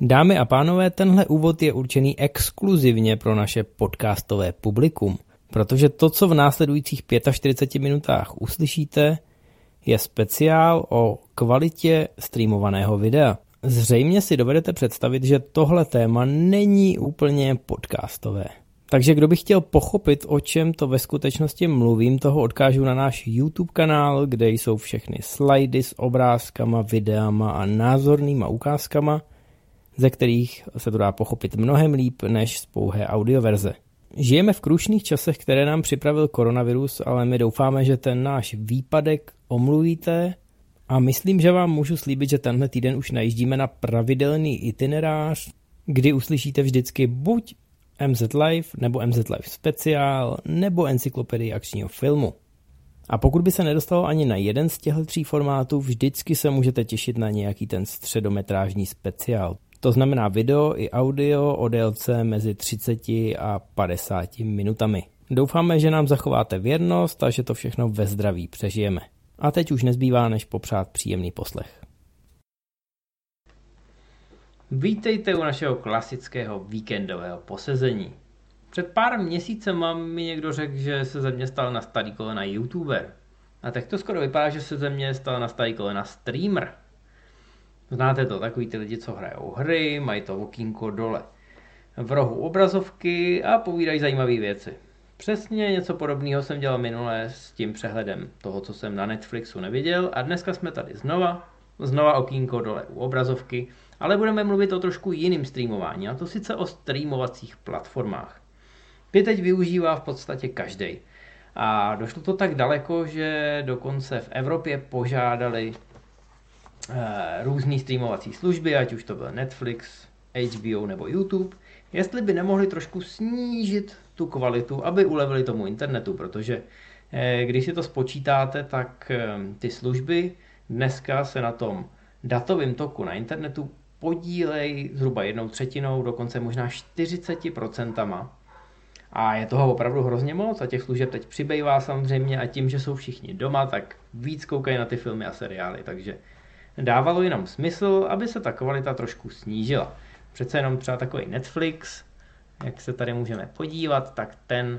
Dámy a pánové, tenhle úvod je určený exkluzivně pro naše podcastové publikum, protože to, co v následujících 45 minutách uslyšíte, je speciál o kvalitě streamovaného videa. Zřejmě si dovedete představit, že tohle téma není úplně podcastové. Takže kdo by chtěl pochopit, o čem to ve skutečnosti mluvím, toho odkážu na náš YouTube kanál, kde jsou všechny slidy s obrázkama, videama a názornýma ukázkama, ze kterých se to dá pochopit mnohem líp než z pouhé audioverze. Žijeme v krušných časech, které nám připravil koronavirus, ale my doufáme, že ten náš výpadek omluvíte a myslím, že vám můžu slíbit, že tenhle týden už najíždíme na pravidelný itinerář, kdy uslyšíte vždycky buď MZ Live nebo MZ Live speciál nebo encyklopedii akčního filmu. A pokud by se nedostalo ani na jeden z těchto tří formátů, vždycky se můžete těšit na nějaký ten středometrážní speciál. To znamená video i audio o délce mezi 30 a 50 minutami. Doufáme, že nám zachováte věrnost a že to všechno ve zdraví přežijeme. A teď už nezbývá, než popřát příjemný poslech. Vítejte u našeho klasického víkendového posezení. Před pár měsícema mi někdo řekl, že se ze mě stal na starý kolena youtuber. A tak to skoro vypadá, že se ze mě stal na starý kolena streamer. Znáte to, takový ty lidi, co hrajou hry, mají to okýnko dole v rohu obrazovky a povídají zajímavé věci. Přesně něco podobného jsem dělal minule s tím přehledem toho, co jsem na Netflixu neviděl, a dneska jsme tady znova okýnko dole u obrazovky, ale budeme mluvit o trošku jiným streamování, a to sice o streamovacích platformách. Ty teď využívá v podstatě každej. A došlo to tak daleko, že dokonce v Evropě požádali různý streamovací služby, ať už to byl Netflix, HBO nebo YouTube, jestli by nemohli trošku snížit tu kvalitu, aby ulevili tomu internetu, protože když si to spočítáte, tak ty služby dneska se na tom datovém toku na internetu podílejí zhruba 1/3, dokonce možná 40%. A je toho opravdu hrozně moc a těch služeb teď přibývá samozřejmě, a tím, že jsou všichni doma, tak víc koukají na ty filmy a seriály, takže dávalo jenom smysl, aby se ta kvalita trošku snížila. Přece jenom třeba takový Netflix, jak se tady můžeme podívat, tak ten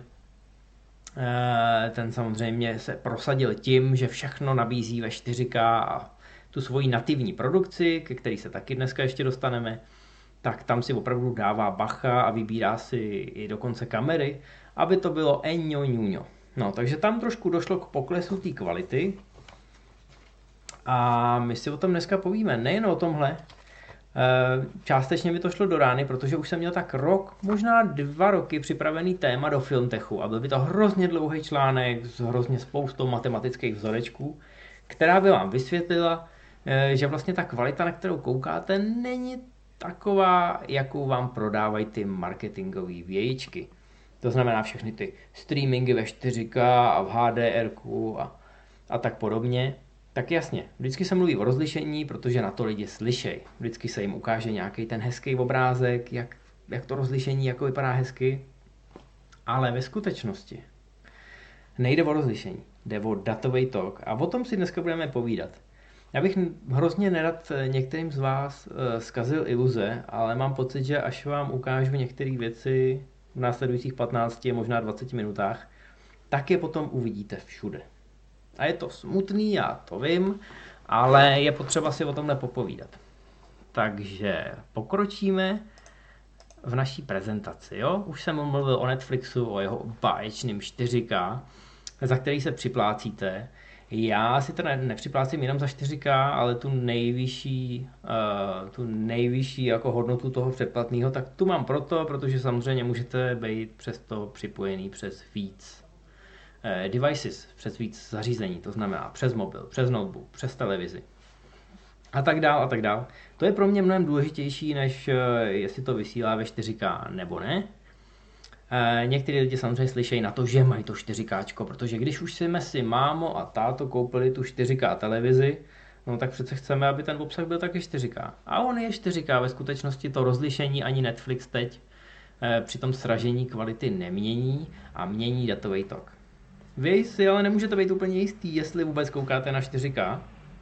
samozřejmě se prosadil tím, že všechno nabízí ve 4K a tu svoji nativní produkci, ke který se taky dneska ještě dostaneme, tak tam si opravdu dává bacha a vybírá si i dokonce kamery, aby to bylo ňuňo. No, takže tam trošku došlo k poklesu té kvality a my si o tom dneska povíme. Nejen o tomhle, částečně mi to šlo do rány, protože už jsem měl tak rok, možná 2 roky připravený téma do Filmtechu a byl by to hrozně dlouhý článek s hrozně spoustou matematických vzorečků, která by vám vysvětlila, že vlastně ta kvalita, na kterou koukáte, není taková, jakou vám prodávají ty marketingové vějičky. To znamená všechny ty streamingy ve 4K a v HDR a tak podobně. Tak jasně, vždycky se mluví o rozlišení, protože na to lidi slyšejí. Vždycky se jim ukáže nějaký ten hezký obrázek, jak to rozlišení jako vypadá hezky. Ale ve skutečnosti nejde o rozlišení, jde o datový tok a o tom si dneska budeme povídat. Já bych hrozně nerad některým z vás zkazil iluze, ale mám pocit, že až vám ukážu některé věci v následujících 15, možná 20 minutách, tak je potom uvidíte všude. A je to smutný, já to vím, ale je potřeba si o tomhle popovídat. Takže pokročíme v naší prezentaci. Jo? Už jsem mluvil o Netflixu, o jeho báječným 4K, za který se připlácíte. Já si teda nepřiplácím jenom za 4K, ale tu nejvyšší jako hodnotu toho předplatného, tak tu mám protože samozřejmě můžete být přesto připojený přes víc devices, přes víc zařízení, to znamená přes mobil, přes notebook, přes televizi a tak dál. To je pro mě mnohem důležitější, než jestli to vysílá ve 4K nebo ne. Někteří lidi samozřejmě slyšejí na to, že mají to 4K, protože když už jsme si mámo a táto koupili tu 4K televizi, no tak přece chceme, aby ten obsah byl taky 4K. A on je 4K, ve skutečnosti to rozlišení ani Netflix teď při tom sražení kvality nemění a mění datový tok. Vy si ale nemůžete být úplně jistý, jestli vůbec koukáte na 4K,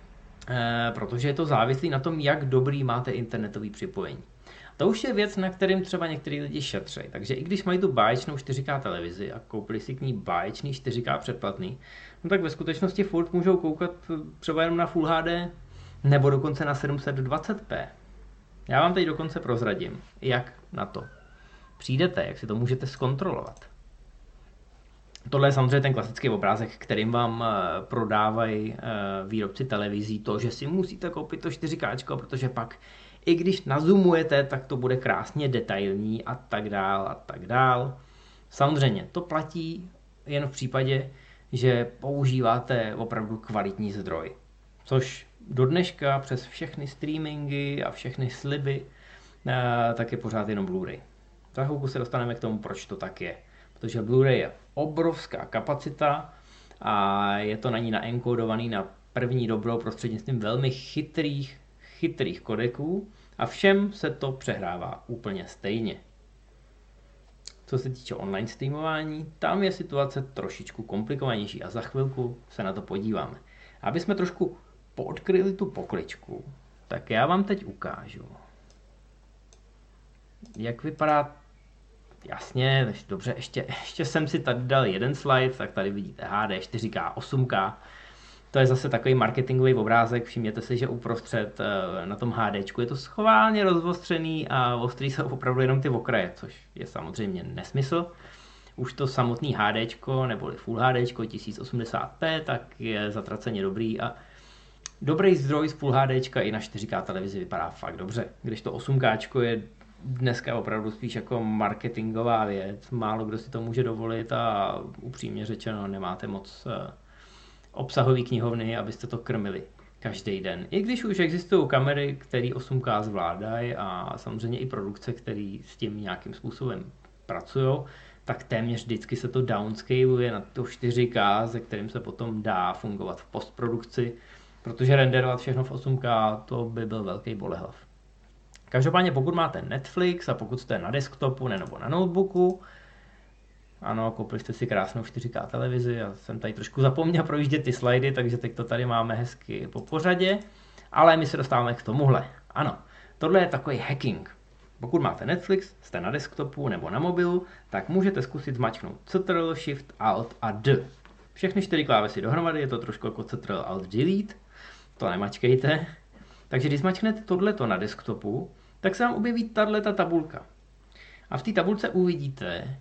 protože je to závislý na tom, jak dobrý máte internetový připojení. To už je věc, na kterým třeba některý lidi šetří. Takže i když mají tu báječnou 4K televizi a koupili si k ní báječný 4K předplatný, no tak ve skutečnosti furt můžou koukat třeba jenom na Full HD nebo dokonce na 720p. Já vám teď dokonce prozradím, jak na to přijdete, jak si to můžete zkontrolovat. Tohle je samozřejmě ten klasický obrázek, kterým vám prodávají výrobci televizí to, že si musíte koupit to 4K, protože pak i když nazumujete, tak to bude krásně detailní a tak dál a tak dál. Samozřejmě to platí jen v případě, že používáte opravdu kvalitní zdroj. Což do dneška přes všechny streamingy a všechny sliby tak je pořád jenom Blu-ray. Za chvilku se dostaneme k tomu, proč to tak je. Protože Blu-ray je obrovská kapacita a je to na ní naenkodovaný na první dobrou prostřednictvím velmi chytrých kodeků a všem se to přehrává úplně stejně. Co se týče online streamování, tam je situace trošičku komplikovanější a za chvilku se na to podíváme. Aby jsme trošku poodkryli tu pokličku, tak já vám teď ukážu, jak vypadá. Jasně, dobře, ještě jsem si tady dal jeden slide, tak tady vidíte HD, 4K, 8K. To je zase takový marketingový obrázek, všimněte si, že uprostřed na tom HDčku je to schválně rozostřený a ostrý jsou opravdu jenom ty okraje, což je samozřejmě nesmysl. Už to samotný HDčko, neboli Full HDčko 1080p, tak je zatraceně dobrý a dobrý zdroj z Full HDčka i na 4K televizi vypadá fakt dobře, když to 8K je dneska opravdu spíš jako marketingová věc, málo kdo si to může dovolit a upřímně řečeno nemáte moc obsahový knihovny, abyste to krmili každý den. I když už existují kamery, které 8K zvládají a samozřejmě i produkce, které s tím nějakým způsobem pracují, tak téměř vždycky se to downscaluje na to 4K, se kterým se potom dá fungovat v postprodukci, protože renderovat všechno v 8K to by byl velký bolehlav. Každopádně pokud máte Netflix a pokud jste na desktopu nebo na notebooku, ano, koupili jste si krásnou 4K televizi, já jsem tady trošku zapomněl projíždět ty slidy, takže teď to tady máme hezky po pořadě, ale my se dostáváme k tomuhle. Ano, tohle je takový hacking. Pokud máte Netflix, jste na desktopu nebo na mobilu, tak můžete zkusit zmačknout Ctrl, Shift, Alt a D. Všechny 4 klávesy dohromady, je to trošku jako Ctrl, Alt, Delete, to nemačkejte. Takže když zmačknete tohleto na desktopu, tak se vám objeví tato tabulka. A v té tabulce uvidíte,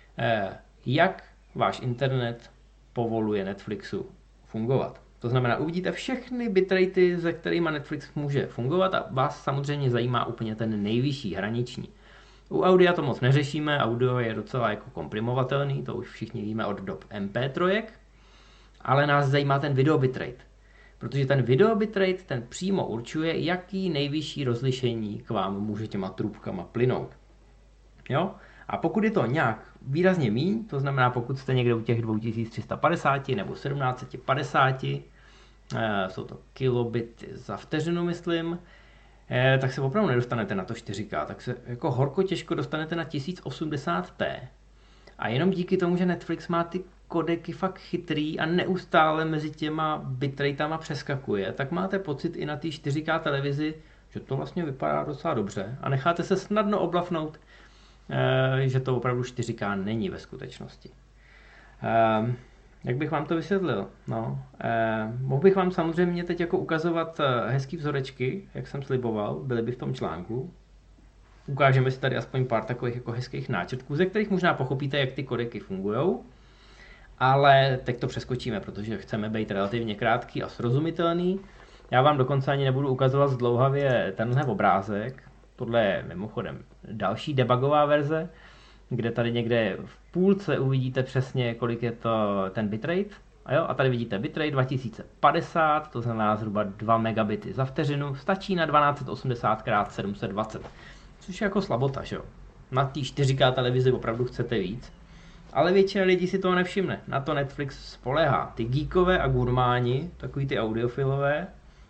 jak váš internet povoluje Netflixu fungovat. To znamená, uvidíte všechny bitratey, se kterými Netflix může fungovat a vás samozřejmě zajímá úplně ten nejvyšší hraniční. U audia to moc neřešíme, audio je docela jako komprimovatelný, to už všichni víme od dob MP3, ale nás zajímá ten video bitrate. Protože ten video bitrate ten přímo určuje, jaký nejvyšší rozlišení k vám může těma trubkama plynout. Jo? A pokud je to nějak výrazně míň, to znamená pokud jste někde u těch 2350 nebo 1750, jsou to kilobity za vteřinu, myslím, tak se opravdu nedostanete na to 4K, tak se jako horko těžko dostanete na 1080p. A jenom díky tomu, že Netflix má ty kodeky fakt chytrý a neustále mezi těma bitratama přeskakuje, tak máte pocit i na té 4K televizi, že to vlastně vypadá docela dobře a necháte se snadno oblafnout, že to opravdu 4K není ve skutečnosti. Jak bych vám to vysvětlil? No, mohl bych vám samozřejmě teď jako ukazovat hezký vzorečky, jak jsem sliboval, byly by v tom článku. Ukážeme si tady aspoň pár takových jako hezkých náčrtků, ze kterých možná pochopíte, jak ty kodeky fungují. Ale teď to přeskočíme, protože chceme být relativně krátký a srozumitelný. Já vám dokonce ani nebudu ukazovat zdlouhavě tenhle obrázek. Tohle je mimochodem další debugová verze, kde tady někde v půlce uvidíte přesně, kolik je to ten bitrate. A tady vidíte bitrate 2050, to znamená zhruba 2 megabity za vteřinu, stačí na 1280 x 720, což je jako slabota, že jo. Na té 4K televizi opravdu chcete víc. Ale většina lidí si toho nevšimne. Na to Netflix spoléhá. Ty geekové a gurmáni, takový ty audiofilové,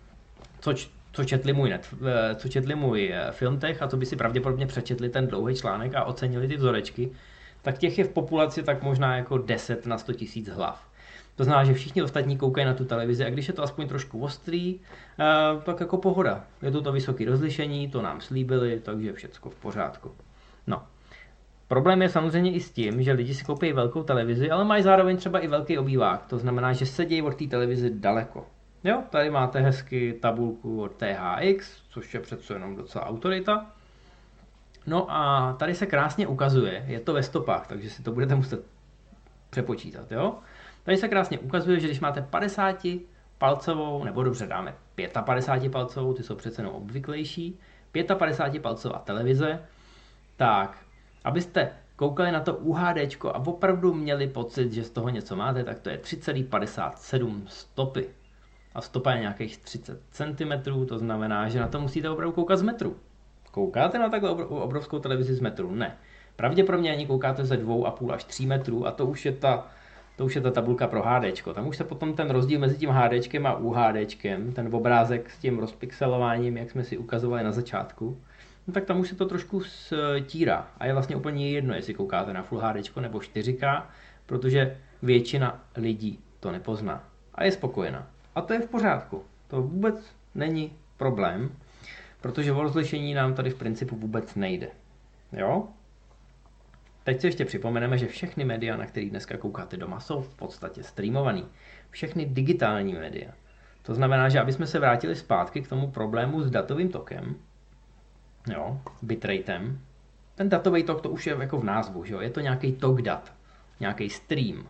co četli můj Filmtech a co by si pravděpodobně přečetli ten dlouhý článek a ocenili ty vzorečky, tak těch je v populaci tak možná jako 10 na 100 000 hlav. To znamená, že všichni ostatní koukají na tu televizi a když je to aspoň trošku ostrý, tak jako pohoda. Je to vysoké rozlišení, to nám slíbili, takže všecko v pořádku. No. Problém je samozřejmě i s tím, že lidi si koupí velkou televizi, ale mají zároveň třeba i velký obývák. To znamená, že sedí od té televizi daleko. Jo, tady máte hezky tabulku od THX, což je přece jenom docela autorita. No a tady se krásně ukazuje, je to ve stopách, takže si to budete muset přepočítat, jo. Tady se krásně ukazuje, že když máte 50 palcovou, nebo dobře dáme 55 palcovou, ty jsou přece jenom obvyklejší, 55 palcová televize, tak abyste koukali na to UHD a opravdu měli pocit, že z toho něco máte, tak to je 3,57 stopy. A stopa je nějakých 30 cm, to znamená, že na to musíte opravdu koukat z metru. Koukáte na takhle obrovskou televizi z metru? Ne. Pravděpodobně ani koukáte ze 2,5 až 3 metrů a to už je ta tabulka pro HD. Tam už se potom ten rozdíl mezi tím HD a UHD, ten obrázek s tím rozpixelováním, jak jsme si ukazovali na začátku, no tak tam už se to trošku stírá. A je vlastně úplně jedno, jestli koukáte na Full HD nebo 4K, protože většina lidí to nepozná a je spokojená. A to je v pořádku. To vůbec není problém, protože o rozlišení nám tady v principu vůbec nejde. Jo? Teď si ještě připomeneme, že všechny média, na které dneska koukáte doma, jsou v podstatě streamovaný. Všechny digitální média. To znamená, že aby jsme se vrátili zpátky k tomu problému s datovým tokem, jo, bitratem, ten datový tok, to už je jako v názvu, že jo? Je to nějaký tok dat, nějaký stream.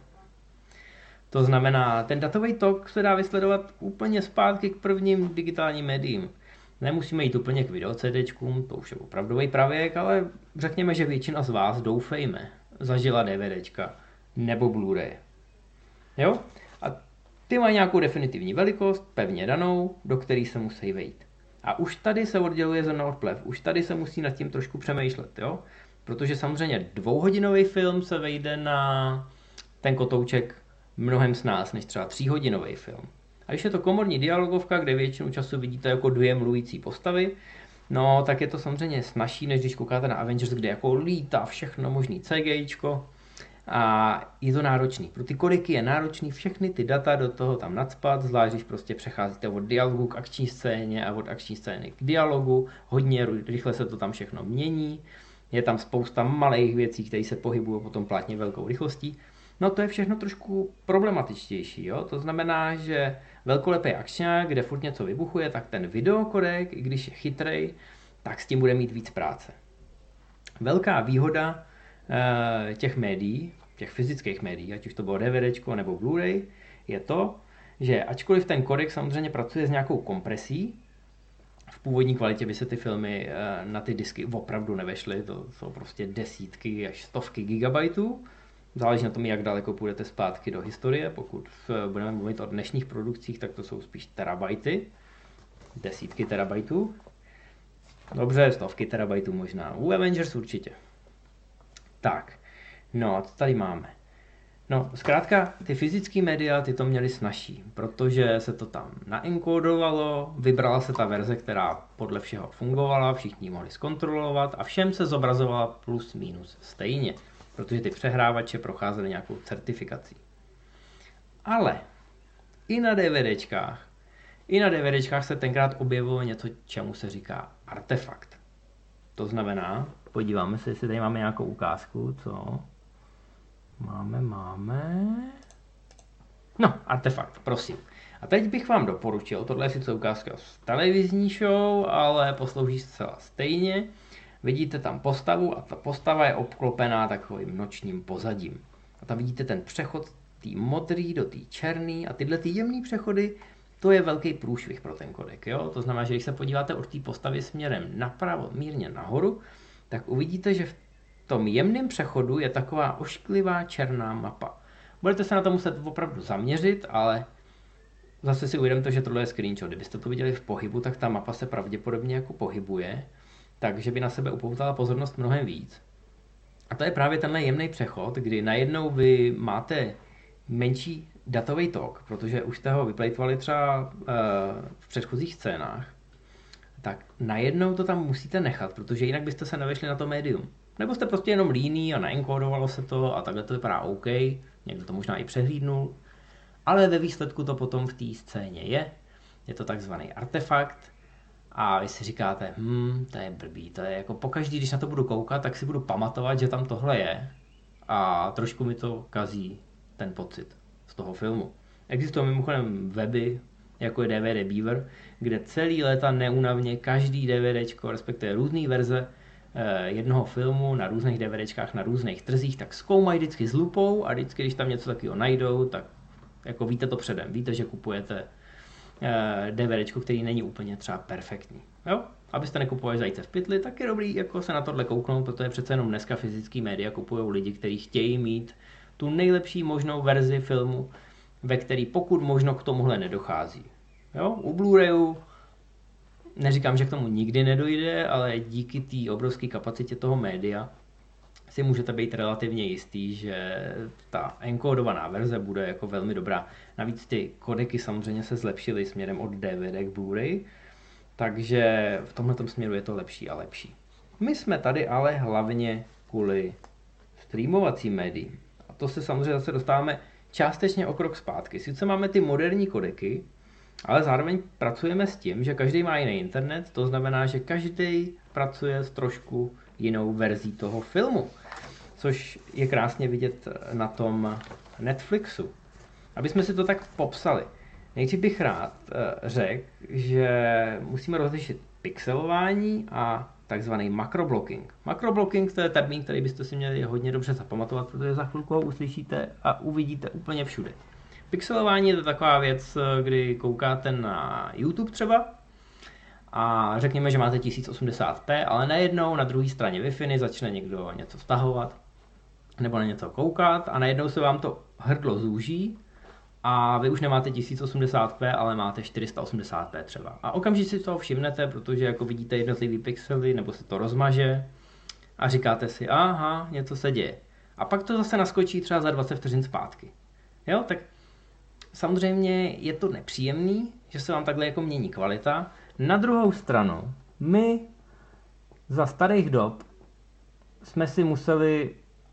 To znamená, ten datový tok se dá vysledovat úplně zpátky k prvním digitálním médiím. Nemusíme jít úplně k videocdčkům, to už je opravdový pravěk, ale řekněme, že většina z vás, doufejme, zažila DVDčka nebo Blu-ray. Jo? A ty mají nějakou definitivní velikost, pevně danou, do který se musí vejít. A už tady se odděluje zrno od plev, už tady se musí nad tím trošku přemýšlet, jo? Protože samozřejmě 2hodinový film se vejde na ten kotouček mnohem snáz než třeba 3hodinový film. A když je to komorní dialogovka, kde většinu času vidíte jako dvě mluvící postavy, no tak je to samozřejmě snazší, než když koukáte na Avengers, kde jako lítá všechno možný CGIčko a je to náročný. Pro ty kodiky je náročný všechny ty data do toho tam nacpat, zvlášť když prostě přecházíte od dialogu k akční scéně a od akční scény k dialogu, hodně rychle se to tam všechno mění, je tam spousta malých věcí, které se pohybují potom plátně velkou rychlostí. No to je všechno trošku problematičtější, jo? To znamená, že velkolepý akčňák, kde furt něco vybuchuje, tak ten videokodek, i když je chytrej, tak s tím bude mít víc práce. Velká výhoda těch médií, těch fyzických médií, ať už to bylo DVDčko nebo Blu-ray, je to, že ačkoliv ten kodek samozřejmě pracuje s nějakou kompresí, v původní kvalitě by se ty filmy na ty disky opravdu nevešly, to jsou prostě desítky až stovky gigabajtů. Záleží na tom, jak daleko půjdete zpátky do historie. Pokud budeme mluvit o dnešních produkcích, tak to jsou spíš terabajty. Desítky terabajtů. Dobře, stovky terabajtů možná. U Avengers určitě. Tak, no, co tady máme? No, zkrátka, ty fyzické média, ty to měly snazší, protože se to tam naenkodovalo, vybrala se ta verze, která podle všeho fungovala, všichni ji mohli zkontrolovat a všem se zobrazovala plus minus stejně, protože ty přehrávače procházely nějakou certifikací. Ale i na DVDčkách se tenkrát objevilo něco, čemu se říká artefakt. To znamená, podíváme se, jestli tady máme nějakou ukázku, co? Máme. No, artefakt, prosím. A teď bych vám doporučil, tohle je sice ukázka z televizní show, ale poslouží zcela stejně. Vidíte tam postavu a ta postava je obklopená takovým nočním pozadím. A tam vidíte ten přechod z té modrý do té černý a tyhle ty jemné přechody, to je velký průšvih pro ten kodek. Jo? To znamená, že když se podíváte od té postavy směrem napravo, mírně nahoru, tak uvidíte, že v tom jemném přechodu je taková ošklivá černá mapa. Budete se na to muset opravdu zaměřit, ale zase si uvědomte, že tohle je screenshot. Kdybyste to viděli v pohybu, tak ta mapa se pravděpodobně jako pohybuje, takže by na sebe upoutala pozornost mnohem víc. A to je právě tenhle jemný přechod, kdy najednou vy máte menší datový tok, protože už jste ho vyplejtvali třeba v předchozích scénách, tak najednou to tam musíte nechat, protože jinak byste se nevešli na to médium. Nebo jste prostě jenom líný a naenkodovalo se to a takhle to vypadá OK, někdo to možná i přehlídnul, ale ve výsledku to potom v té scéně je to takzvaný artefakt a vy si říkáte, to je blbý, to je jako pokaždý, když na to budu koukat, tak si budu pamatovat, že tam tohle je a trošku mi to kazí ten pocit z toho filmu. Existují mimochodem weby, jako je DVD Beaver, kde celý léta neúnavně každý DVDčko, respektive různé verze jednoho filmu na různých DVDčkách, na různých trzích, tak zkoumají vždycky s lupou a vždycky, když tam něco takového najdou, tak jako víte to předem, víte, že kupujete DVDčko, který není úplně třeba perfektní. Jo? Abyste nekupovali zajíce v pytli, tak je dobrý jako se na tohle kouknout, protože přece jenom dneska fyzický média kupují lidi, kteří chtějí mít tu nejlepší možnou verzi filmu, ve který pokud možno k tomuhle nedochází. Jo? U Blu-rayu neříkám, že k tomu nikdy nedojde, ale díky té obrovské kapacitě toho média si můžete být relativně jistý, že ta enkódovaná verze bude jako velmi dobrá. Navíc ty kodeky samozřejmě se zlepšily směrem od DVD k Blu-ray, takže v tomhletom směru je to lepší a lepší. My jsme tady ale hlavně kvůli streamovacím médiím. A to se samozřejmě zase dostáváme částečně o krok zpátky. Sice máme ty moderní kodeky, ale zároveň pracujeme s tím, že každý má jiný internet, to znamená, že každý pracuje s trošku jinou verzí toho filmu, což je krásně vidět na tom Netflixu. Aby jsme si to tak popsali. Nejdřív bych rád řekl, že musíme rozlišit pixelování a takzvaný makroblocking. Makroblocking to je termín, který byste si měli hodně dobře zapamatovat, protože za chvilku ho uslyšíte a uvidíte úplně všude. Pixelování je to taková věc, kdy koukáte na YouTube třeba a řekněme, že máte 1080p, ale najednou na druhé straně Wi-Fi začne někdo něco stahovat nebo na něco koukat a najednou se vám to hrdlo zúží a vy už nemáte 1080p, ale máte 480p třeba. A okamžitě si toho všimnete, protože jako vidíte jednotlivý pixely nebo se to rozmaže a říkáte si, aha, něco se děje. A pak to zase naskočí třeba za 20 vteřin zpátky. Jo, tak samozřejmě je to nepříjemný, že se vám takhle jako mění kvalita. Na druhou stranu, my za starých dob jsme si museli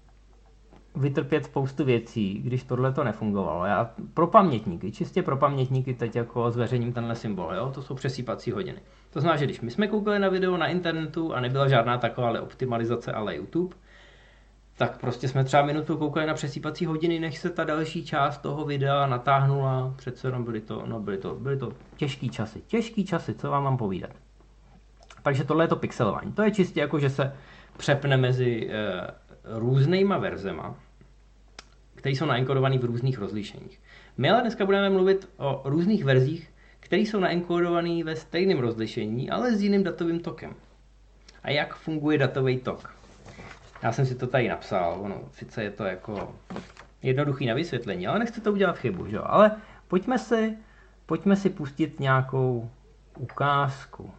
vytrpět spoustu věcí, když tohle to nefungovalo. Já pro pamětníky, čistě pro pamětníky teď jako zveřejním tenhle symbol, jo? To jsou přesýpací hodiny. To znamená, že když my jsme koukali na video na internetu a nebyla žádná taková optimalizace, ale YouTube, tak prostě jsme třeba minutu koukali na přesýpací hodiny, než se ta další část toho videa natáhnula. Přece jenom byly to těžký časy, co vám mám povídat. Takže tohle je to pixelování. To je čistě jako, že se přepne mezi různýma verzema, které jsou naenkodované v různých rozlišeních. My ale dneska budeme mluvit o různých verzích, které jsou naenkodované ve stejném rozlišení, ale s jiným datovým tokem. A jak funguje datový tok? Já jsem si to tady napsal, sice je to jako jednoduchý na vysvětlení, ale nechci to udělat chybu, že jo? Ale pojďme si pustit nějakou ukázku.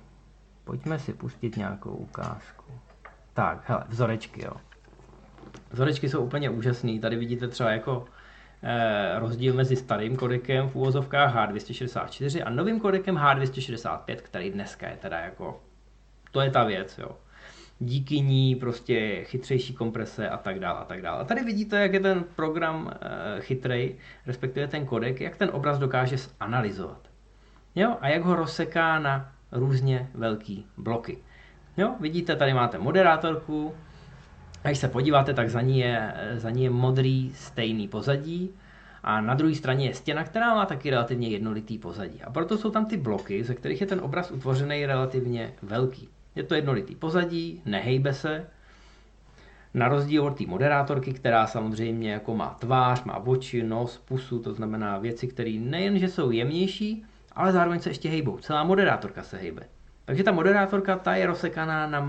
Tak, hele, vzorečky, jo. Vzorečky jsou úplně úžasný, tady vidíte třeba jako rozdíl mezi starým kodekem v úvozovkách H264 a novým kodekem H265, který dneska je teda jako, to je ta věc, jo. Díky ní prostě chytřejší komprese a tak dále a tak dále. A tady vidíte, jak je ten program chytrej, respektive ten kodek, jak ten obraz dokáže analyzovat. Jo? A jak ho rozseká na různě velký bloky. Jo? Vidíte, tady máte moderátorku, a když se podíváte, tak za ní je modrý stejný pozadí a na druhé straně je stěna, která má taky relativně jednolitý pozadí. A proto jsou tam ty bloky, ze kterých je ten obraz utvořený relativně velký. Je to jednolitý pozadí, nehejbe se, na rozdíl od té moderátorky, která samozřejmě jako má tvář, má oči, nos, pusu, to znamená věci, které nejenže jsou jemnější, ale zároveň se ještě hejbou. Celá moderátorka se hejbe. Takže ta moderátorka, ta je rozsekaná na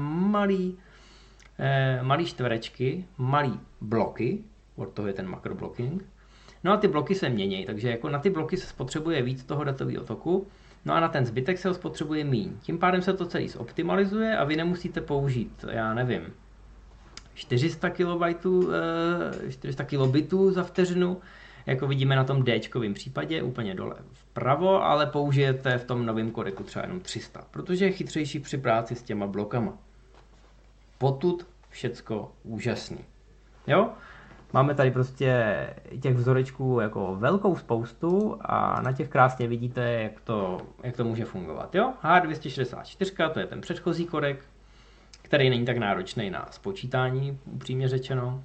malý čtverečky, malý bloky, od toho je ten makroblocking. No a ty bloky se mění, takže jako na ty bloky se spotřebuje víc toho datového toku, no a na ten zbytek se ho spotřebuje míň. Tím pádem se to celý zoptimalizuje a vy nemusíte použít, já nevím, 400 kilobitů za vteřinu, jako vidíme na tom Dčkovém případě, úplně dole vpravo, ale použijete v tom novém kodeku třeba jenom 300, protože je chytřejší při práci s těma blokama. Potud všecko úžasný. Jo? Máme tady prostě těch vzorečků jako velkou spoustu a na těch krásně vidíte, jak to může fungovat. Jo? H264, to je ten předchozí kodek, který není tak náročný na spočítání, upřímně řečeno.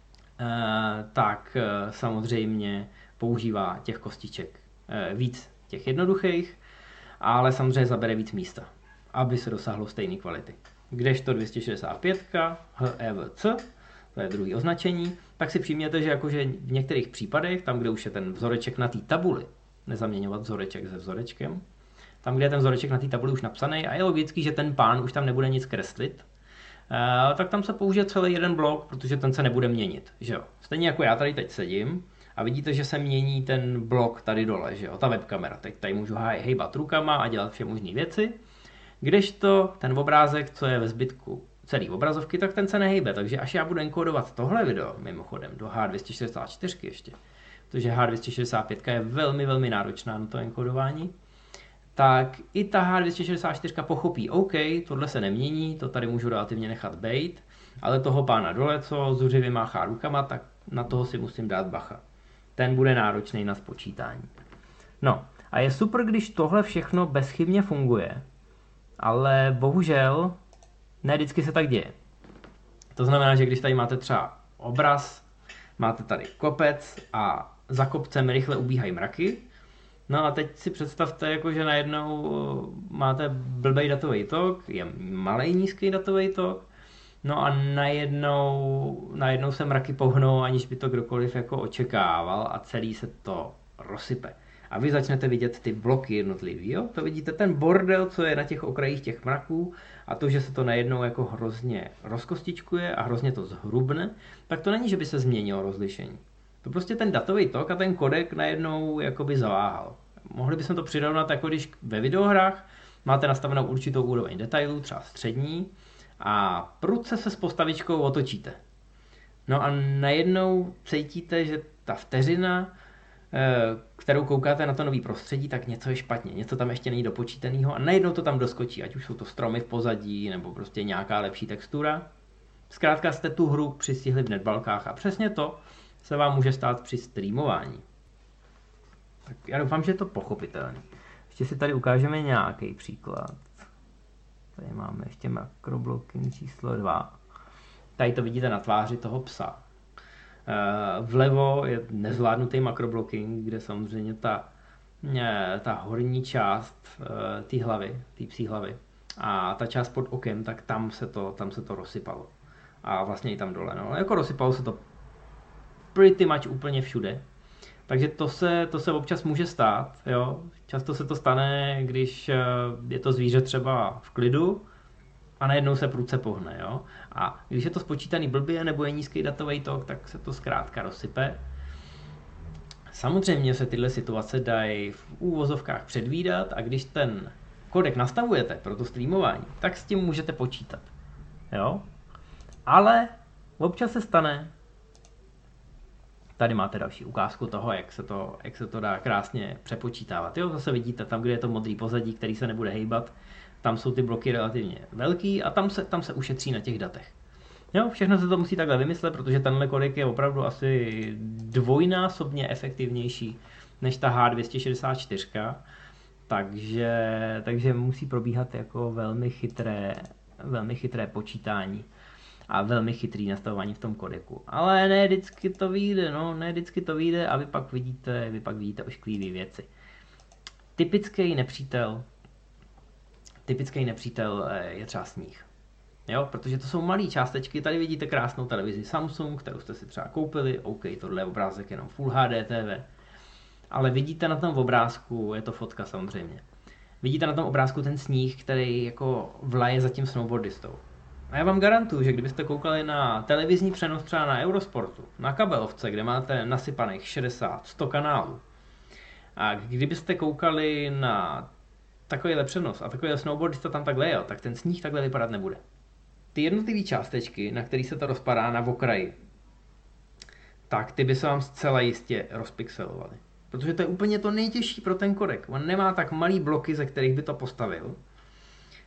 Tak samozřejmě používá těch kostiček víc těch jednoduchých, ale samozřejmě zabere víc místa, aby se dosáhlo stejné kvality. Kdežto 265 HEVC, to je druhý označení, tak si přijměte, že jakože v některých případech, tam, kde už je ten vzoreček na té tabuli, nezaměňovat vzoreček se vzorečkem, tam, kde je ten vzoreček na té tabuli už napsaný a je logický, že ten pán už tam nebude nic kreslit, tak tam se použije celý jeden blok, protože ten se nebude měnit. Že jo? Stejně jako já tady teď sedím a vidíte, že se mění ten blok tady dole, že jo? Ta webkamera. Teď tady můžu hejbat rukama a dělat vše možné věci. Kdežto ten obrázek, co je ve zbytku celý obrazovky, tak ten se nehejbe. Takže až já budu enkodovat tohle video, mimochodem, do H264 ještě, protože H265 je velmi, velmi náročná na to enkodování, tak i ta H264 pochopí, OK, tohle se nemění, to tady můžu relativně nechat bejt, ale toho pána dole, co zuřivě máchá rukama, tak na toho si musím dát bacha. Ten bude náročný na spočítání. No, a je super, když tohle všechno bezchybně funguje, ale bohužel ne vždycky se tak děje. To znamená, že když tady máte třeba obraz, máte tady kopec a za kopcem rychle ubíhají mraky, no a teď si představte, jako, že najednou máte blbej datový tok, je malej nízký datový tok, no a najednou se mraky pohnou, aniž by to kdokoliv jako očekával a celý se to rozsype. A vy začnete vidět ty bloky jednotlivý, jo? To vidíte ten bordel, co je na těch okrajích těch mraků a to, že se to najednou jako hrozně rozkostičkuje a hrozně to zhrubne, tak to není, že by se změnilo rozlišení. To prostě ten datový tok a ten kodek najednou jakoby zaváhal. Mohli bychom to přirovnat, jako když ve videohrách máte nastavenou určitou úroveň detailů, třeba střední, a prudce se s postavičkou otočíte. No a najednou cítíte, že ta vteřina, kterou koukáte na to nový prostředí, tak něco je špatně, něco tam ještě není dopočítanýho a najednou to tam doskočí, ať už jsou to stromy v pozadí nebo prostě nějaká lepší textura. Zkrátka jste tu hru přistihli v netbalkách a přesně to se vám může stát při streamování. Tak já doufám, že je to pochopitelné. Ještě si tady ukážeme nějaký příklad. Tady máme ještě makroblocking číslo 2. Tady to vidíte na tváři toho psa. Vlevo je nezvládnutý makroblocking, kde samozřejmě ta horní část té hlavy, té psí hlavy a ta část pod okem, tak tam se to rozsypalo. A vlastně i tam dole. No. Jako rozsypalo se to pretty much úplně všude. Takže to se občas může stát. Jo? Často se to stane, když je to zvíře třeba v klidu a najednou se prudce pohne. Jo? A když je to spočítaný blbě nebo je nízký datový tok, tak se to zkrátka rozsype. Samozřejmě se tyhle situace dají v úvozovkách předvídat a když ten kodek nastavujete pro to streamování, tak s tím můžete počítat. Jo? Ale občas se stane. Tady máte další ukázku toho, jak se to dá krásně přepočítávat. Jo, zase vidíte, tam, kde je to modrý pozadí, který se nebude hejbat, tam jsou ty bloky relativně velký a tam se ušetří na těch datech. Jo, všechno se to musí takhle vymyslet, protože tenhle kodek je opravdu asi dvojnásobně efektivnější než ta H264, takže musí probíhat jako velmi chytré počítání a velmi chytrý nastavování v tom kodeku. Ale ne vždycky to vyjde a vy pak vidíte ošklivé věci. Typický nepřítel je třeba sníh. Jo, protože to jsou malé částečky, tady vidíte krásnou televizi Samsung, kterou jste si třeba koupili, OK, tohle je obrázek jenom Full HD TV, ale vidíte na tom obrázku, je to fotka samozřejmě, vidíte na tom obrázku ten sníh, který jako vlaje za tím snowboardistou. A já vám garantuju, že kdybyste koukali na televizní přenos třeba na Eurosportu, na kabelovce, kde máte nasypaných 60-100 kanálů, a kdybyste koukali na takovýhle přenos a takovýhle snowboardista tam takhle jel, tak ten sníh takhle vypadat nebude. Ty jednotlivé částečky, na který se to rozpadá na okraji, tak ty by se vám zcela jistě rozpixelovaly. Protože to je úplně to nejtěžší pro ten kodek. On nemá tak malý bloky, ze kterých by to postavil.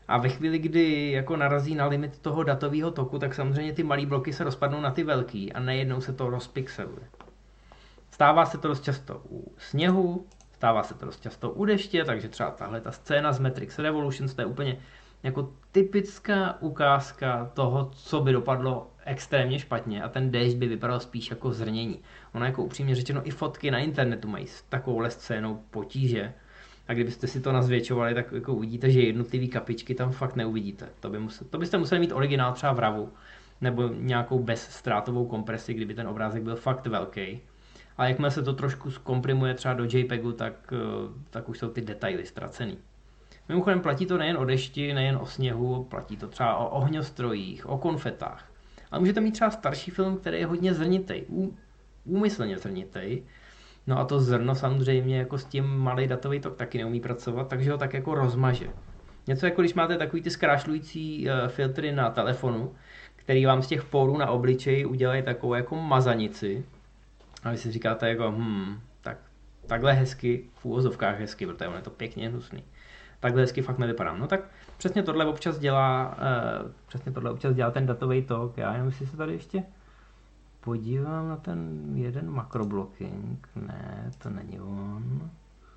A ve chvíli, kdy jako narazí na limit toho datového toku, tak samozřejmě ty malé bloky se rozpadnou na ty velký a najednou se to rozpixeluje. Stává se to dost často u sněhu, stává se to dost často u deště, takže třeba tahle ta scéna z Matrix Revolutions, to je úplně jako typická ukázka toho, co by dopadlo extrémně špatně a ten déšť by vypadal spíš jako zrnění. Ono jako upřímně řečeno i fotky na internetu mají s takovouhle scénou potíže. A kdybyste si to nazvětšovali, tak jako uvidíte, že jednotlivý kapičky tam fakt neuvidíte. To byste museli mít originál třeba v RAWu, nebo nějakou bezztrátovou kompresi, kdyby ten obrázek byl fakt velký. A jakmile se to trošku zkomprimuje třeba do JPEGu, tak už jsou ty detaily ztracený. Mimochodem platí to nejen o dešti, nejen o sněhu, platí to třeba o ohňostrojích, o konfetách. Ale můžete mít třeba starší film, který je hodně zrnitý, úmyslně zrnitý. No a to zrno samozřejmě jako s tím malý datový tok taky neumí pracovat, takže ho tak jako rozmaže. Něco jako když máte takový ty zkrášlující filtry na telefonu, který vám z těch porů na obličeji udělají takovou jako mazanici. A vy si říkáte jako, takhle hezky, v úvozovkách hezky, protože on je to pěkně hnusný. Takhle hezky fakt nevypadám. No tak přesně tohle občas dělá ten datový tok. Já jenom si se tady ještě podívám na ten jeden makroblocking. Ne, to není on.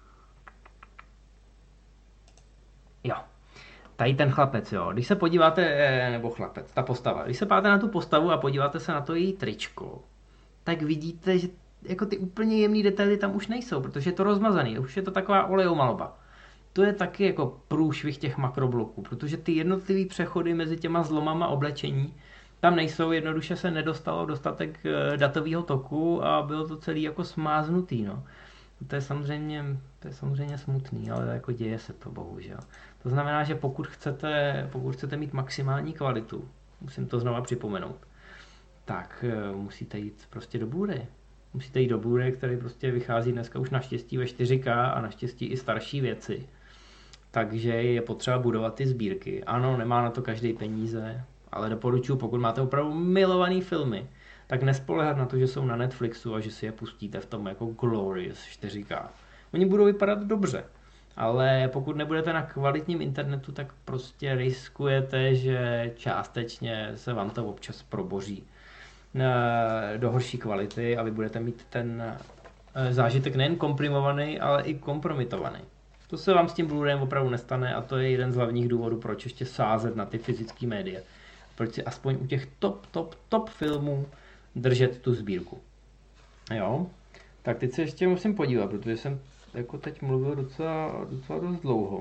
Jo. Tady ten chlapec, jo. Když se podíváte, nebo chlapec, ta postava. Když se podíváte na tu postavu a podíváte se na to její tričko, tak vidíte, že jako ty úplně jemný detaily tam už nejsou, protože je to rozmazaný, už je to taková olejomaloba. To je taky jako průšvih těch makrobloků, protože ty jednotlivý přechody mezi těma zlomama oblečení tam nejsou, jednoduše se nedostalo dostatek datového toku a bylo to celý jako smáznutý, no. To je samozřejmě smutný, ale jako děje se to, bohužel. To znamená, že pokud chcete mít maximální kvalitu, musím to znova připomenout, tak musíte jít prostě do Blu-ray. Musíte jít do Blu-ray, který prostě vychází dneska už naštěstí ve 4K a naštěstí i starší věci. Takže je potřeba budovat ty sbírky. Ano, nemá na to každý peníze, ale doporučuji, pokud máte opravdu milovaný filmy, tak nespoléhat na to, že jsou na Netflixu a že si je pustíte v tom jako Glorious 4K. Oni budou vypadat dobře, ale pokud nebudete na kvalitním internetu, tak prostě riskujete, že částečně se vám to občas proboří do horší kvality a vy budete mít ten zážitek nejen komprimovaný, ale i kompromitovaný. To se vám s tím Blu-rayem opravdu nestane a to je jeden z hlavních důvodů, proč ještě sázet na ty fyzické média. Proč si aspoň u těch top filmů držet tu sbírku. Jo? Tak teď se ještě musím podívat, protože jsem jako teď mluvil docela dost dlouho.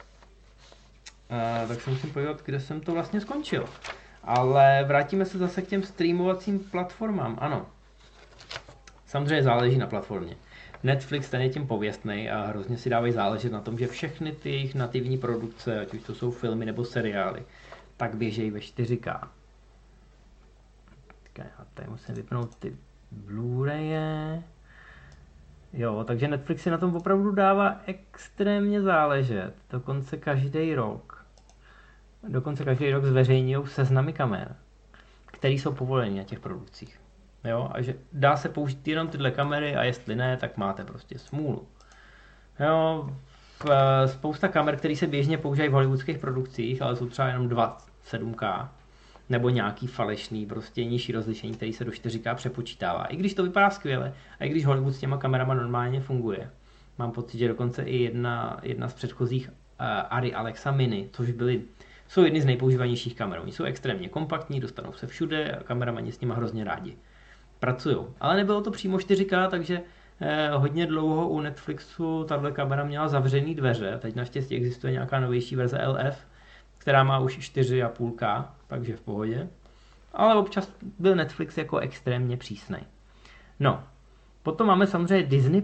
Tak se musím podívat, kde jsem to vlastně skončil. Ale vrátíme se zase k těm streamovacím platformám, ano. Samozřejmě záleží na platformě. Netflix ten je tím pověstnej a hrozně si dávají záležet na tom, že všechny ty jejich nativní produkce, ať už to jsou filmy nebo seriály, tak běžejí ve 4K. Já tady musím vypnout ty Blu-raye. Jo, takže Netflix si na tom opravdu dává extrémně záležet. Dokonce každý rok zveřejňují seznamy kamer, které jsou povoleny na těch produkcích. Jo, a že dá se použít jenom tyhle kamery a jestli ne, tak máte prostě smůlu. Jo, spousta kamer, které se běžně používají v hollywoodských produkcích, ale jsou třeba jenom 7K, nebo nějaký falešný, prostě nižší rozlišení, který se do 4K přepočítává. I když to vypadá skvěle, a i když Hollywood s těma kamerama normálně funguje. Mám pocit, že dokonce i jedna z předchozích Arri Alexa Mini, což jsou jedny z nejpoužívanějších kamer. Oni jsou extrémně kompaktní, dostanou se všude a kameramani s nimi hrozně rádi pracují. Ale nebylo to přímo 4K, takže hodně dlouho u Netflixu tahle kamera měla zavřený dveře. Teď naštěstí existuje nějaká novější verze LF, která má už 4,5K, takže v pohodě. Ale občas byl Netflix jako extrémně přísnej. No, potom máme samozřejmě Disney+.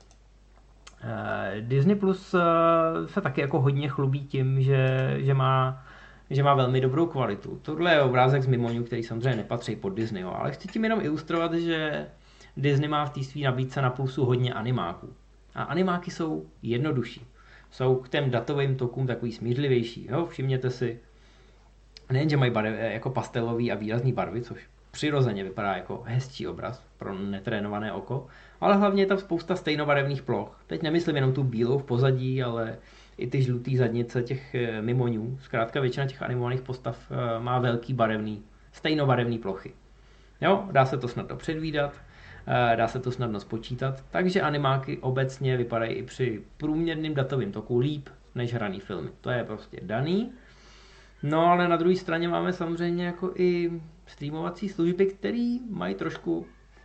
Disney Plus se taky jako hodně chlubí tím, že má velmi dobrou kvalitu. Tohle je obrázek z Mimoniu, který samozřejmě nepatří pod Disney, ale chci tím jenom ilustrovat, že Disney má v té své nabídce na Plusu hodně animáků. A animáky jsou jednodušší. Jsou k těm datovým tokům takový smířlivější. Jo? Všimněte si, nejen, že mají jako pastelový a výrazný barvy, což přirozeně vypadá jako hezčí obraz pro netrénované oko, ale hlavně je tam spousta stejnobarevných ploch. Teď nemyslím jenom tu bílou v pozadí, ale i ty žlutý zadnice těch mimoňů. Zkrátka většina těch animovaných postav má velký barevný, stejnobarevný plochy. Jo, dá se to snadno předvídat, dá se to snadno spočítat, takže animáky obecně vypadají i při průměrným datovým toku líp než hraný filmy. To je prostě daný. No ale na druhé straně máme samozřejmě jako i streamovací služby, které mají trošku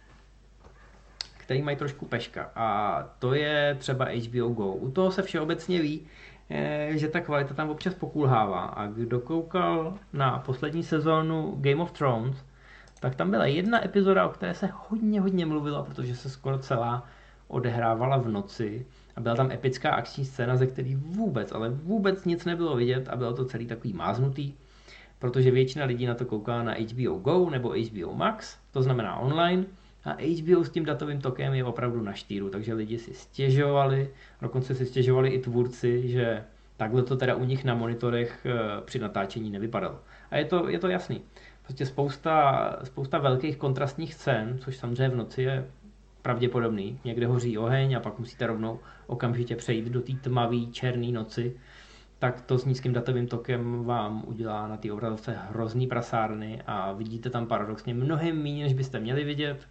peška. A to je třeba HBO Go. U toho se všeobecně ví, že ta kvalita tam občas pokulhává. A kdo koukal na poslední sezónu Game of Thrones, tak tam byla jedna epizoda, o které se hodně mluvilo, protože se skoro celá odehrávala v noci. A byla tam epická akční scéna, ze který vůbec nic nebylo vidět a bylo to celý takový máznutý, protože většina lidí na to kouká na HBO Go nebo HBO Max, to znamená online, a HBO s tím datovým tokem je opravdu na štíru, takže lidi si stěžovali, dokonce si stěžovali i tvůrci, že takhle to teda u nich na monitorech při natáčení nevypadalo. A je to jasný. Prostě spousta velkých kontrastních scén, což samozřejmě v noci je pravděpodobný. Někde hoří oheň a pak musíte rovnou okamžitě přejít do té tmavé černé noci, tak to s nízkým datovým tokem vám udělá na té obrazovce hrozný prasárny a vidíte tam paradoxně mnohem méně, než byste měli vidět.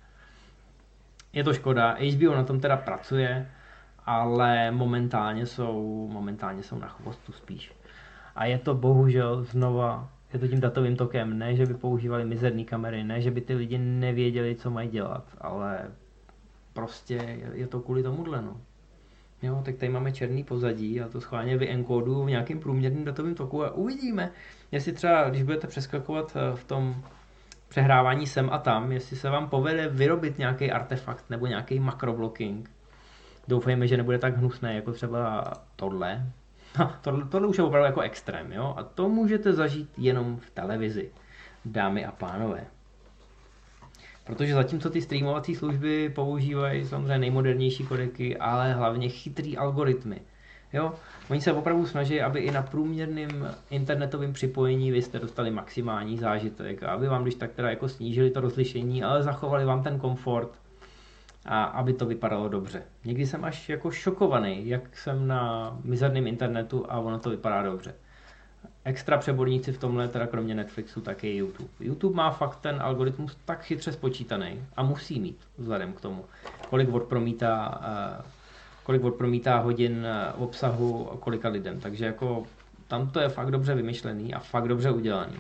Je to škoda, HBO na tom teda pracuje, ale momentálně jsou na chvostu spíš. A je to bohužel je to tím datovým tokem, ne, že by používali mizerné kamery, ne, že by ty lidi nevěděli, co mají dělat, ale prostě je to kvůli tomuhle, no. Jo, tak tady máme černý pozadí a to schválně vyenkoduju v nějakým průměrným datovým toku a uvidíme, jestli třeba, když budete přeskakovat v tom přehrávání sem a tam, jestli se vám povede vyrobit nějaký artefakt nebo nějaký makroblocking. Doufejme, že nebude tak hnusné jako třeba tohle. Tohle už je opravdu jako extrém, jo? A to můžete zažít jenom v televizi, dámy a pánové. Protože zatímco ty streamovací služby používají samozřejmě nejmodernější kodeky, ale hlavně chytrý algoritmy. Jo? Oni se opravdu snaží, aby i na průměrném internetovém připojení vy jste dostali maximální zážitek a aby vám když tak teda jako snížili to rozlišení, ale zachovali vám ten komfort a aby to vypadalo dobře. Někdy jsem až jako šokovaný, jak jsem na mizerném internetu a ono to vypadá dobře. Extra přeborníci v tomhle, teda kromě Netflixu, tak je YouTube. YouTube má fakt ten algoritmus tak chytře spočítaný a musí mít vzhledem k tomu, kolik odpromítá hodin obsahu kolika lidem. Takže jako tam to je fakt dobře vymyšlený a fakt dobře udělaný.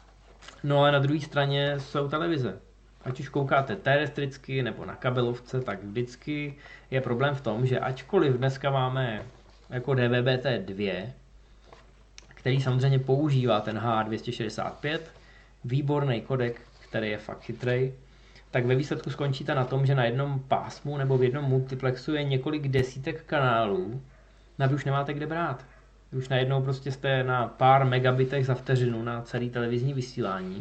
No ale na druhé straně jsou televize. Ať už koukáte terestricky nebo na kabelovce, tak vždycky je problém v tom, že ačkoliv dneska máme jako DVB-T2, který samozřejmě používá ten H265, výborný kodek, který je fakt chytrej, tak ve výsledku skončíte na tom, že na jednom pásmu nebo v jednom multiplexu je několik desítek kanálů, a vy už nemáte kde brát. Vy už najednou prostě jste na pár megabitech za vteřinu na celý televizní vysílání.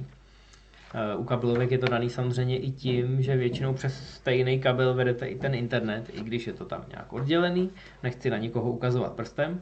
U kabelovek je to daný samozřejmě i tím, že většinou přes stejný kabel vedete i ten internet, i když je to tam nějak oddělený, nechci na nikoho ukazovat prstem,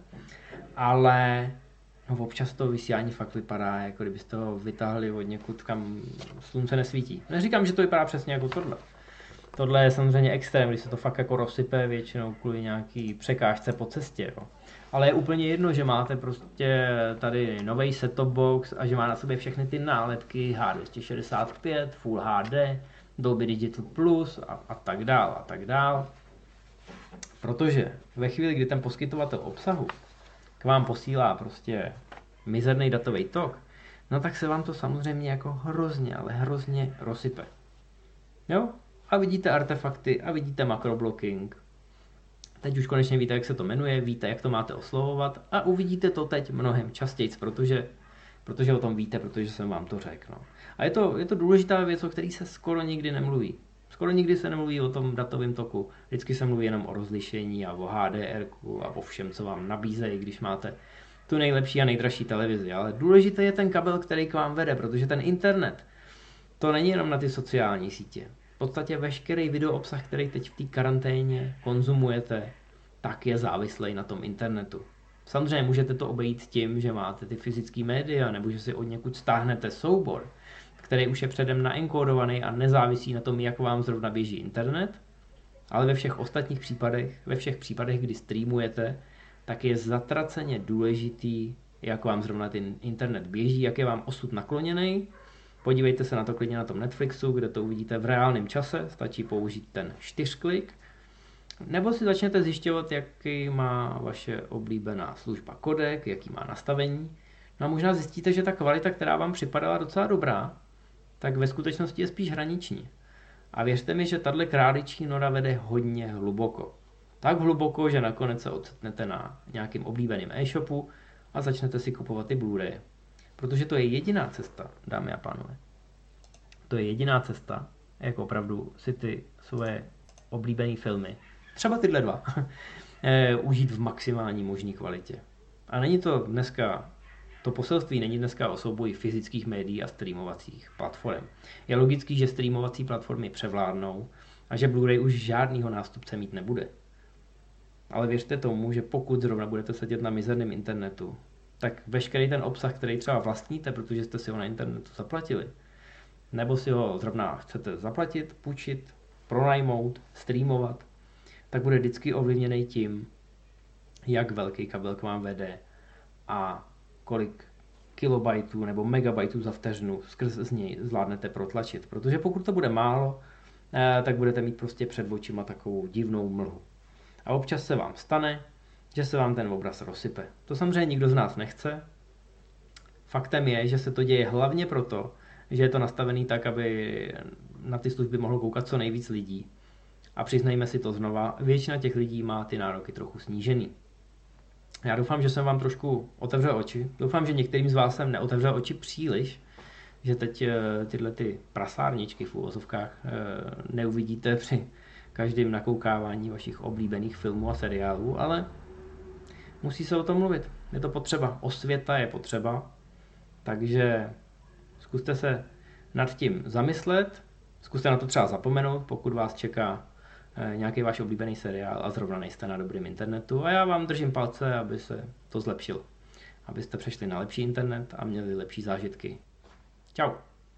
ale no, občas to vysílání fakt vypadá, jako kdybyste ho vytáhli od někud, kam slunce nesvítí. Neříkám, že to vypadá přesně jako tohle. Tohle je samozřejmě extrém, když se to fakt jako rozsype většinou kvůli nějaký překážce po cestě. Jo. Ale je úplně jedno, že máte prostě tady nový set-top box a že má na sobě všechny ty nálepky H265, Full HD, Dolby Digital Plus a tak dál. Protože ve chvíli, kdy ten poskytovatel obsahu k vám posílá prostě mizerný datový tok, no tak se vám to samozřejmě jako hrozně rozsype. Jo? A vidíte artefakty a vidíte makroblocking. Teď už konečně víte, jak se to jmenuje, víte, jak to máte oslovovat a uvidíte to teď mnohem častěji, protože o tom víte, protože jsem vám to řekl. No. A je to důležitá věc, o který se skoro nikdy nemluví. Skoro nikdy se nemluví o tom datovém toku. Vždycky se mluví jenom o rozlišení a o HDR a o všem, co vám nabízejí, když máte tu nejlepší a nejdražší televizi. Ale důležitý je ten kabel, který k vám vede, protože ten internet, to není jenom na ty sociální sítě. V podstatě veškerý videoobsah, který teď v té karanténě konzumujete, tak je závislý na tom internetu. Samozřejmě můžete to obejít tím, že máte ty fyzické média, nebo že si od někud stáhnete soubor, který už je předem naenkodovaný a nezávisí na tom, jak vám zrovna běží internet, ale ve všech ostatních případech, kdy streamujete, tak je zatraceně důležitý, jak vám zrovna ten internet běží, jak je vám osud nakloněný. Podívejte se na to klidně na tom Netflixu, kde to uvidíte v reálném čase, stačí použít ten 4klik. Nebo si začnete zjišťovat, jaký má vaše oblíbená služba kodek, jaký má nastavení. No a možná zjistíte, že ta kvalita, která vám připadala docela dobrá, tak ve skutečnosti je spíš hraniční. A věřte mi, že tahle králičí nora vede hodně hluboko. Tak hluboko, že nakonec se ocitnete na nějakým oblíbeným e-shopu a začnete si kupovat ty Blu-ray. Protože to je jediná cesta, dámy a pánové. To je jediná cesta, jak opravdu si ty svoje oblíbené filmy, třeba tyhle dva, užít v maximální možné kvalitě. A není to dneska, to poselství není dneska o souboji fyzických médií a streamovacích platform. Je logický, že streamovací platformy převládnou a že Blu-ray už žádnýho nástupce mít nebude. Ale věřte tomu, že pokud zrovna budete sedět na mizerném internetu, tak veškerý ten obsah, který třeba vlastníte, protože jste si ho na internetu zaplatili, nebo si ho zrovna chcete zaplatit, půjčit, pronajmout, streamovat, tak bude vždycky ovlivněný tím, jak velký kabel k vám vede a kolik kilobajtů nebo megabajtů za vteřinu skrz z něj zvládnete protlačit. Protože pokud to bude málo, tak budete mít prostě před očima takovou divnou mlhu. A občas se vám stane, že se vám ten obraz rozsype. To samozřejmě nikdo z nás nechce. Faktem je, že se to děje hlavně proto, že je to nastavený tak, aby na ty služby mohlo koukat co nejvíc lidí. A přiznejme si to znova, většina těch lidí má ty nároky trochu snížený. Já doufám, že jsem vám trošku otevřel oči. Doufám, že některým z vás jsem neotevřel oči příliš, že teď tyhle ty prasárničky v uvozovkách neuvidíte při každém nakoukávání vašich oblíbených filmů a seriálů, ale musí se o tom mluvit. Je to potřeba. Osvěta je potřeba. Takže zkuste se nad tím zamyslet, zkuste na to třeba zapomenout, pokud vás čeká nějaký váš oblíbený seriál a zrovna nejste na dobrém internetu. A já vám držím palce, aby se to zlepšilo. Abyste přešli na lepší internet a měli lepší zážitky. Čau.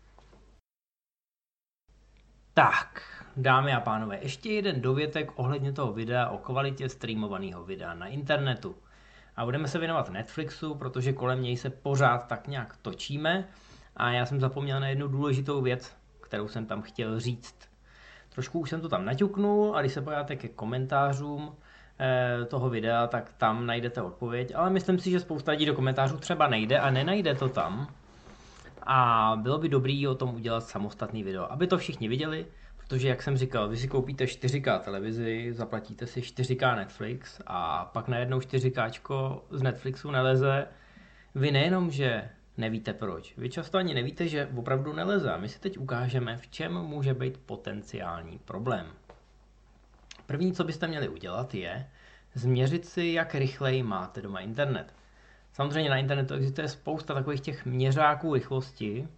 Tak, dámy a pánové, ještě jeden dovětek ohledně toho videa o kvalitě streamovaného videa na internetu. A budeme se věnovat Netflixu, protože kolem něj se pořád tak nějak točíme a já jsem zapomněl na jednu důležitou věc, kterou jsem tam chtěl říct. Trošku už jsem to tam naťuknul a když se pojáte ke komentářům toho videa, tak tam najdete odpověď, ale myslím si, že spousta lidí do komentářů třeba nejde a nenajde to tam. A bylo by dobrý o tom udělat samostatný video, aby to všichni viděli, protože jak jsem říkal, vy si koupíte 4K televizi, zaplatíte si 4K Netflix a pak najednou 4K z Netflixu neleze. Vy nejenom, že nevíte proč, vy často ani nevíte, že opravdu neleze. A my si teď ukážeme, v čem může být potenciální problém. První, co byste měli udělat, je změřit si, jak rychleji máte doma internet. Samozřejmě na internetu existuje spousta takových těch měřáků rychlosti,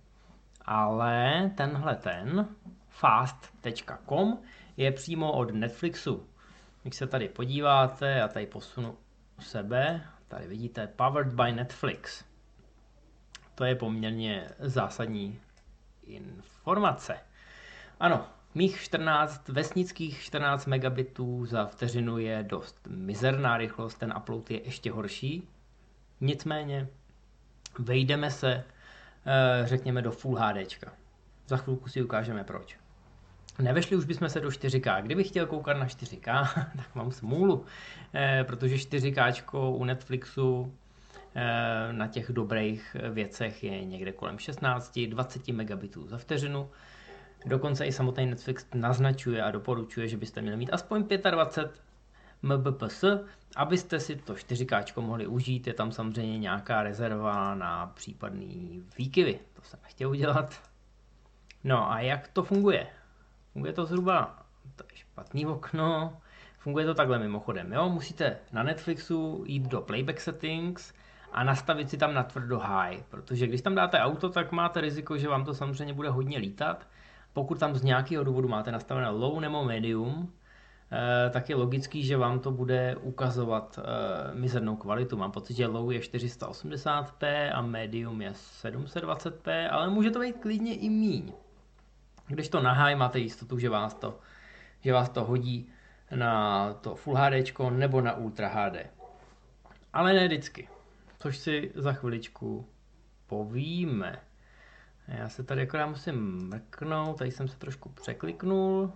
ale ten fast.com je přímo od Netflixu. Když se tady podíváte, já tady posunu sebe, tady vidíte Powered by Netflix. To je poměrně zásadní informace. Ano, mých 14 vesnických 14 megabitů za vteřinu je dost mizerná rychlost, ten upload je ještě horší. Nicméně vejdeme se, řekněme, do Full HDčka. Za chvilku si ukážeme proč. Nevešli už bychom se do 4K. Kdybych chtěl koukat na 4K, tak mám smůlu, protože 4K u Netflixu na těch dobrých věcech je někde kolem 16-20 megabitů za vteřinu. Dokonce i samotný Netflix naznačuje a doporučuje, že byste měli mít aspoň 25 Mbps, abyste si to 4K mohli užít. Je tam samozřejmě nějaká rezerva na případný výkyvy. To jsem nechtěl udělat. No a jak to funguje? Funguje to zhruba, to je špatný okno, funguje to takhle mimochodem, jo? Musíte na Netflixu jít do Playback Settings a nastavit si tam na tvrdo high, protože když tam dáte auto, tak máte riziko, že vám to samozřejmě bude hodně lítat. Pokud tam z nějakého důvodu máte nastavené low nebo medium, tak je logický, že vám to bude ukazovat mizernou kvalitu. Mám pocit, že low je 480p a medium je 720p, ale může to být klidně i míň. Když to na high máte jistotu, že vás to hodí na to Full HD nebo na Ultra HD. Ale ne vždycky, což si za chviličku povíme. Já se tady akorát musím mrknout, tady jsem se trošku překliknul.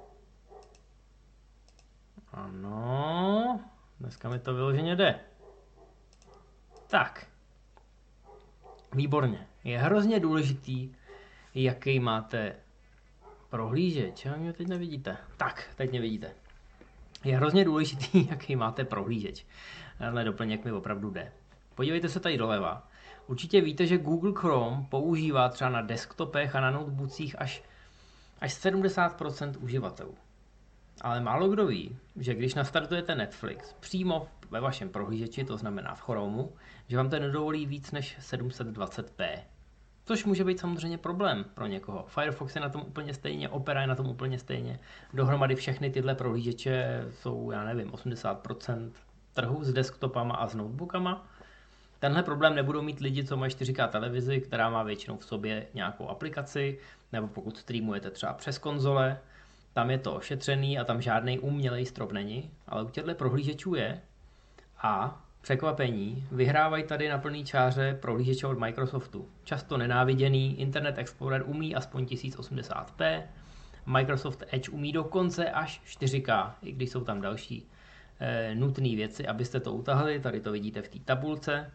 Ano, dneska mi to vyloženě jde. Tak, výborně. Je hrozně důležitý, jaký máte prohlížeč. A mě teď nevidíte. Tak, teď mě vidíte. Je hrozně důležitý, jaký máte prohlížeč. Tenhle doplněk mi opravdu jde. Podívejte se tady doleva. Určitě víte, že Google Chrome používá třeba na desktopech a na notebookích až 70% uživatelů. Ale málo kdo ví, že když nastartujete Netflix přímo ve vašem prohlížeči, to znamená v Chromeu, že vám to nedovolí víc než 720p. Což může být samozřejmě problém pro někoho. Firefox je na tom úplně stejně, Opera je na tom úplně stejně. Dohromady všechny tyhle prohlížeče jsou, já nevím, 80% trhu s desktopama a s notebookama. Tenhle problém nebudou mít lidi, co mají 4K televizi, která má většinou v sobě nějakou aplikaci, nebo pokud streamujete třeba přes konzole, tam je to ošetřený a tam žádný umělej strop není, ale u těchto prohlížečů je. A překvapení, vyhrávají tady na plný čáře prohlížeče od Microsoftu. Často nenáviděný Internet Explorer umí aspoň 1080p, Microsoft Edge umí dokonce až 4K, i když jsou tam další nutné věci, abyste to utahli, tady to vidíte v té tabulce.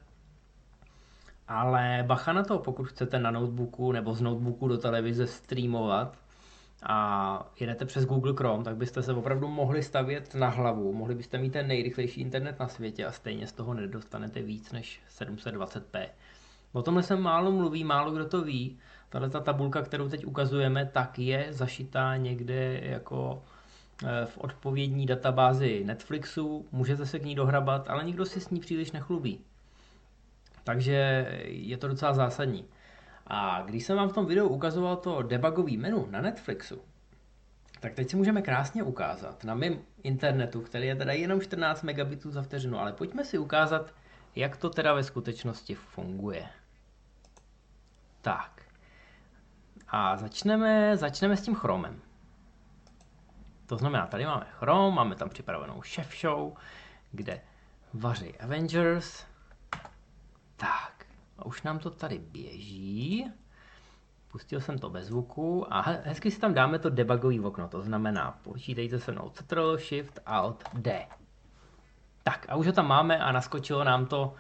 Ale bacha na to, pokud chcete na notebooku nebo z notebooku do televize streamovat a jedete přes Google Chrome, tak byste se opravdu mohli stavět na hlavu. Mohli byste mít ten nejrychlejší internet na světě a stejně z toho nedostanete víc než 720p. O tomhle se málo mluví, málo kdo to ví. Tahle ta tabulka, kterou teď ukazujeme, tak je zašitá někde jako v odpovědní databázi Netflixu. Můžete se k ní dohrabat, ale nikdo si s ní příliš nechlubí. Takže je to docela zásadní. A když jsem vám v tom videu ukazoval to debugový menu na Netflixu, tak teď si můžeme krásně ukázat na mém internetu, který je teda jenom 14 megabitů za vteřinu, ale pojďme si ukázat, jak to teda ve skutečnosti funguje. Tak. A začneme s tím Chromem. To znamená, tady máme Chrome, máme tam připravenou Chef Show, kde vaří Avengers. Tak, a už nám to tady běží. Pustil jsem to bez zvuku a hezky si tam dáme to debugový okno, to znamená, počítejte se mnou Ctrl, Shift, Alt, D. Tak a už ho tam máme a naskočilo nám to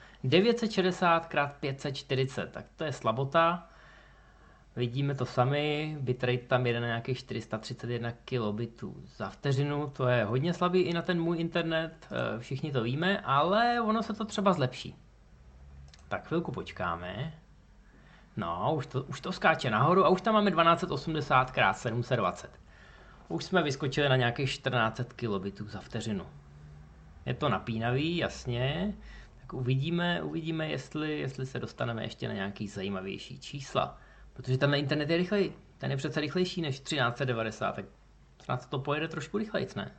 960x540, tak to je slabota. Vidíme to sami, bitrate tam jede na nějakých 431 kilobitů za vteřinu, to je hodně slabý i na ten můj internet, všichni to víme, ale ono se to třeba zlepší. Tak chvilku počkáme. No, už to skáče nahoru a už tam máme 1280x720. Už jsme vyskočili na nějakých 1400 kilobitů za vteřinu. Je to napínavý, jasně. Tak uvidíme jestli se dostaneme ještě na nějaký zajímavější čísla. Protože tenhle internet je rychlej. Ten je přece rychlejší než 1390, tak snad to pojede trošku rychlejc, ne?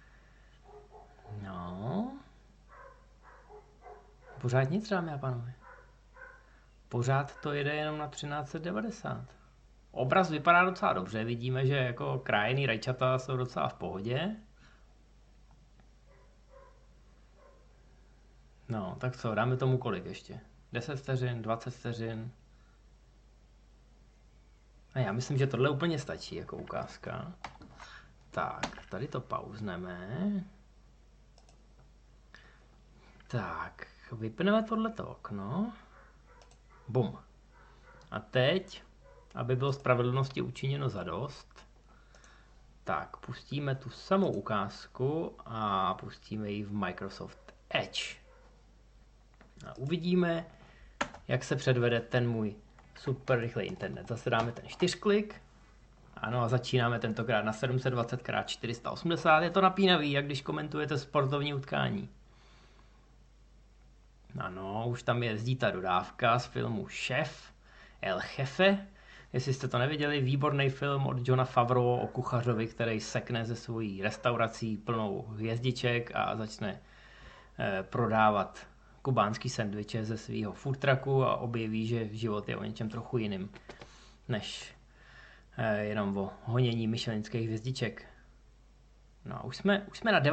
No. Pořád nic, dámy a pánové. Pořád to jede jenom na 1390. Obraz vypadá docela dobře, vidíme, že jako krájený rajčata jsou docela v pohodě. No, tak co, dáme tomu kolik ještě? 10 vteřin, 20 vteřin. A já myslím, že tohle úplně stačí jako ukázka. Tak, tady to pauzneme. Tak, vypneme tohleto okno. Bum. A teď, aby bylo spravedlnosti učiněno zadost, tak pustíme tu samou ukázku a pustíme ji v Microsoft Edge. A uvidíme, jak se předvede ten můj super rychlý internet. Zase dáme ten 4-klik. Ano, a začínáme tentokrát na 720x480. Je to napínavý, jak když komentujete sportovní utkání. Ano, už tam jezdí ta dodávka z filmu Šéf, El Jefe. Jestli jste to neviděli, výborný film od Johna Favreau o kuchařovi, který sekne ze svojí restaurací plnou hvězdiček a začne prodávat kubánský sendviče ze svého food trucku a objeví, že život je o něčem trochu jiným, než jenom o honění michelinských hvězdiček. No a už jsme na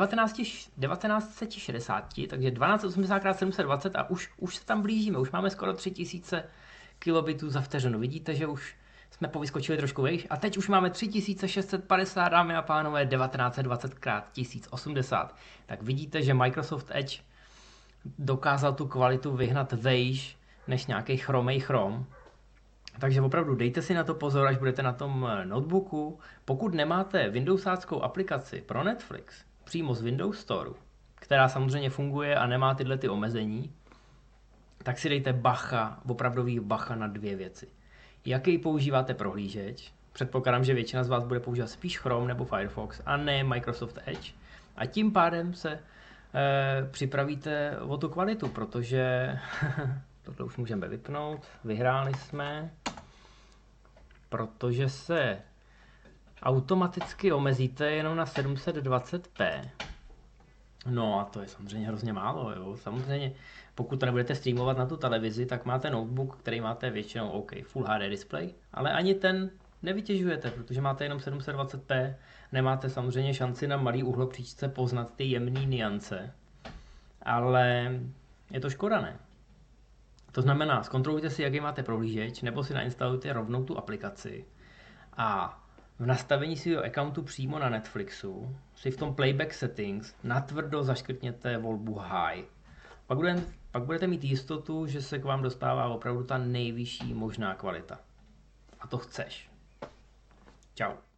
1960, takže 1280x720 a už se tam blížíme, už máme skoro 3000 kilobitů za vteřinu. Vidíte, že už jsme povyskočili trošku vejš a teď už máme 3650, dámy a pánové, 1920x1080. Tak vidíte, že Microsoft Edge dokázal tu kvalitu vyhnat vejš než nějaký chromej chrom. Takže opravdu dejte si na to pozor, až budete na tom notebooku. Pokud nemáte Windowsáckou aplikaci pro Netflix přímo z Windows Store, která samozřejmě funguje a nemá tyhle ty omezení, tak si dejte bacha, opravdový bacha na dvě věci. Jaký používáte prohlížeč? Předpokládám, že většina z vás bude používat spíš Chrome nebo Firefox a ne Microsoft Edge. A tím pádem se připravíte o tu kvalitu, protože tohle už můžeme vypnout. Vyhráli jsme, protože se automaticky omezíte jenom na 720p. No a to je samozřejmě hrozně málo, jo. Samozřejmě, pokud to nebudete streamovat na tu televizi, tak máte notebook, který máte většinou OK, Full HD display, ale ani ten nevytěžujete, protože máte jenom 720p, nemáte samozřejmě šanci na malý uhlopříčce poznat ty jemné niance, ale je to škoda, ne? To znamená, zkontrolujte si, jaký máte prohlížeč, nebo si nainstalujte rovnou tu aplikaci a v nastavení svého accountu přímo na Netflixu si v tom Playback Settings natvrdo zaškrtněte volbu High. Pak budete mít jistotu, že se k vám dostává opravdu ta nejvyšší možná kvalita. A to chceš. Čau.